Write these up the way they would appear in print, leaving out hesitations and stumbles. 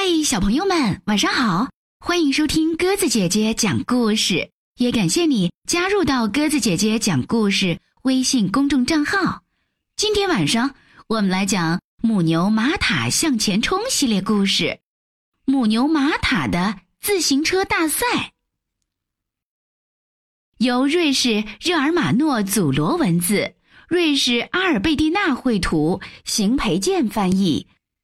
小朋友们，晚上好！欢迎收听鸽子姐姐讲故事，也感谢你加入到鸽子姐姐讲故事微信公众账号。今天晚上我们来讲母牛玛塔向前冲系列故事，母牛玛塔的自行车大赛。由瑞士热尔马诺祖罗文字，瑞士阿尔贝蒂娜绘图，邢培建翻译。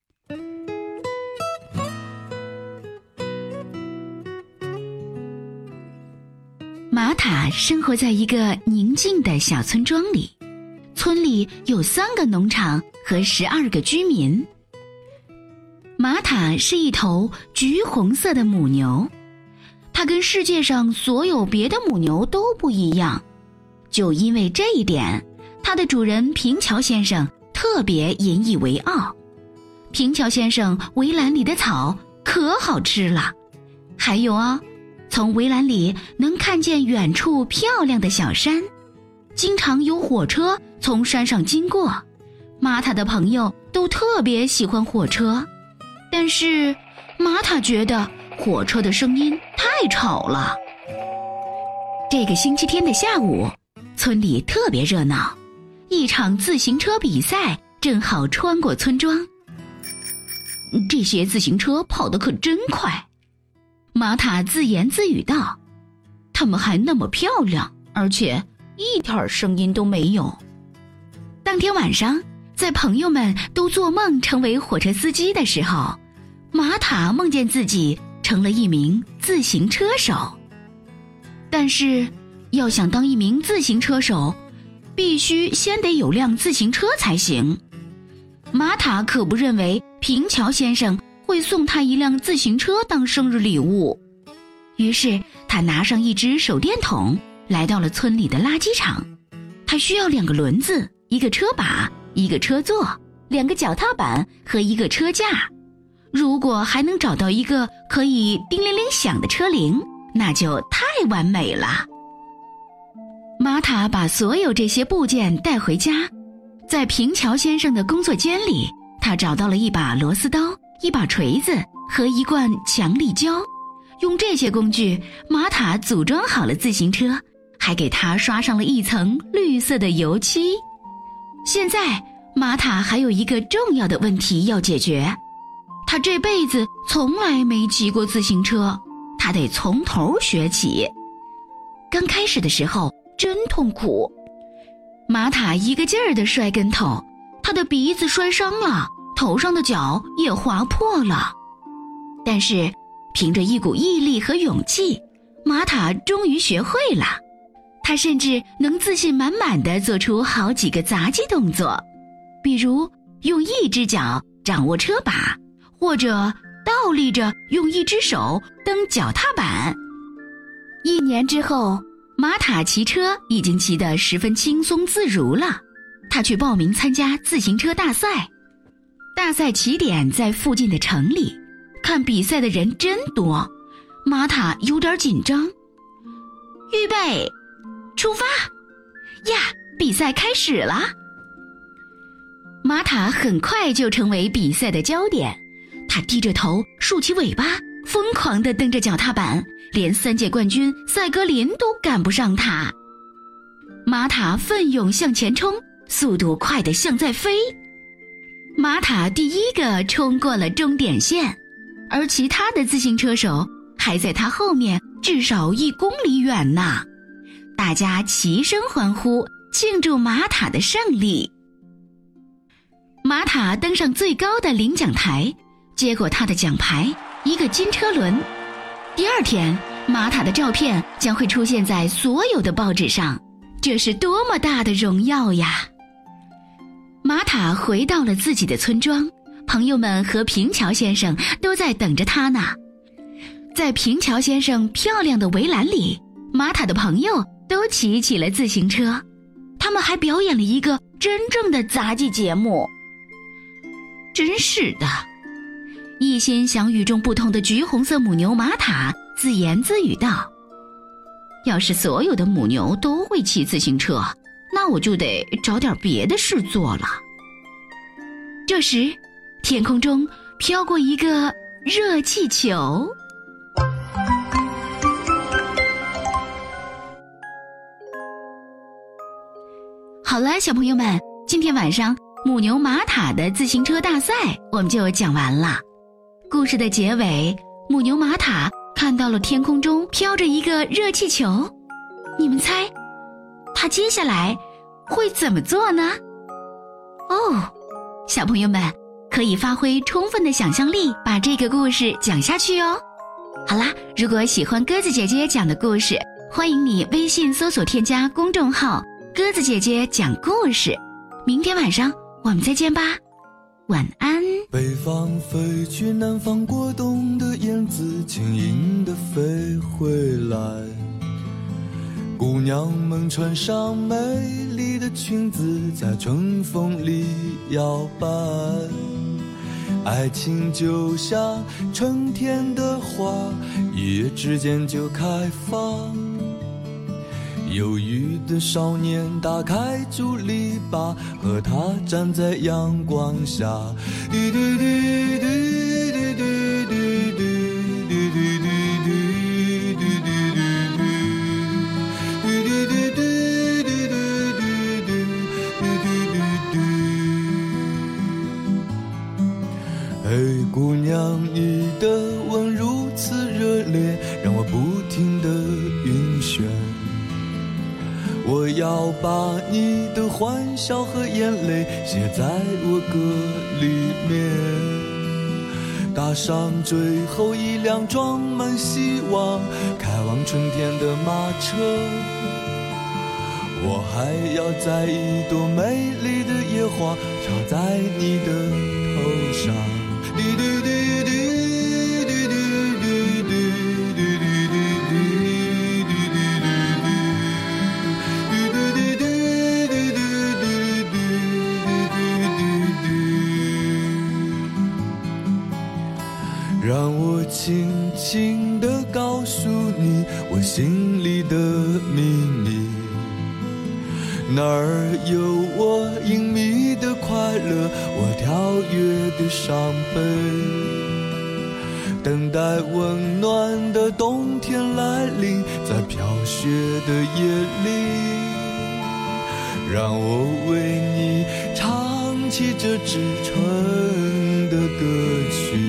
玛塔生活在一个宁静的小村庄里，村里有3个农场和12个居民。玛塔是一头橘红色的母牛，它跟世界上所有别的母牛都不一样，就因为这一点，它的主人平乔先生特别引以为傲。平乔先生围栏里的草可好吃了，还有从围栏里能看见远处漂亮的小山，经常有火车从山上经过。玛塔的朋友都特别喜欢火车，但是玛塔觉得火车的声音太吵了。这个星期天的下午，村里特别热闹，一场自行车比赛正好穿过村庄。这些自行车跑得可真快，玛塔自言自语道，它们还那么漂亮，而且一点声音都没有。当天晚上，在朋友们都做梦成为火车司机的时候，玛塔梦见自己成了一名自行车手。但是要想当一名自行车手，必须先得有辆自行车才行。玛塔可不认为平乔先生会送他一辆自行车当生日礼物，于是他拿上一只手电筒，来到了村里的垃圾场。他需要2个轮子、1个车把、1个车座、2个脚踏板和1个车架。如果还能找到一个可以叮铃铃响的车铃，那就太完美了。玛塔把所有这些部件带回家，在平乔先生的工作间里，他找到了一把螺丝刀、1把锤子和1罐强力胶。用这些工具，玛塔组装好了自行车，还给它刷上了一层绿色的油漆。现在玛塔还有一个重要的问题要解决，他这辈子从来没骑过自行车，他得从头学起。刚开始的时候真痛苦，玛塔一个劲儿地摔跟头，他的鼻子摔伤了，头上的角也划破了。但是凭着一股毅力和勇气，玛塔终于学会了。他甚至能自信满满地做出好几个杂技动作，比如用1只脚掌握车把，或者倒立着用1只手蹬脚踏板。1年之后，玛塔骑车已经骑得十分轻松自如了。他去报名参加自行车大赛，大赛起点在附近的城里，看比赛的人真多，玛塔有点紧张。预备，出发！呀，比赛开始了！玛塔很快就成为比赛的焦点，他低着头，竖起尾巴，疯狂地蹬着脚踏板，连3届冠军赛格林都赶不上他。玛塔奋勇向前冲，速度快得像在飞。玛塔第1个冲过了终点线，而其他的自行车手还在他后面至少1公里远呢。大家齐声欢呼，庆祝玛塔的胜利。玛塔登上最高的领奖台，接过他的奖牌，1个金车轮。第2天，玛塔的照片将会出现在所有的报纸上，这是多么大的荣耀呀！玛塔回到了自己的村庄，朋友们和平乔先生都在等着他呢。在平乔先生漂亮的围栏里，玛塔的朋友都骑起了自行车，他们还表演了一个真正的杂技节目。真是的，一心想与众不同的橘红色母牛玛塔自言自语道，要是所有的母牛都会骑自行车，那我就得找点别的事做了。这时，天空中飘过一个热气球。好了，小朋友们，今天晚上母牛玛塔的自行车大赛我们就讲完了。故事的结尾，母牛玛塔看到了天空中飘着一个热气球，你们猜他接下来会怎么做呢？小朋友们可以发挥充分的想象力，把这个故事讲下去哦。好啦，如果喜欢鸽子姐姐讲的故事，欢迎你微信搜索添加公众号鸽子姐姐讲故事。明天晚上我们再见吧，晚安。 北方飞去南方过冬的燕子轻盈地飞回来，姑娘们穿上美丽的裙子在春风里摇摆，爱情就像春天的花，一夜之间就开放。忧郁的少年打开竹篱笆，和他站在阳光下，滴滴滴滴滴滴滴滴滴滴滴嘿，姑娘，你的吻如此热烈，让我不停地晕眩。我要把你的欢笑和眼泪写在我歌里面，搭上最后一辆装满希望开往春天的马车。我还要摘一朵美丽的野花插在你的头上，滴滴滴滴滴滴滴滴让我轻轻地告诉你我心里的秘密，哪儿有我隐秘的快乐，我跳跃的伤悲，等待温暖的冬天来临，在飘雪的夜里，让我为你唱起这支春的歌曲。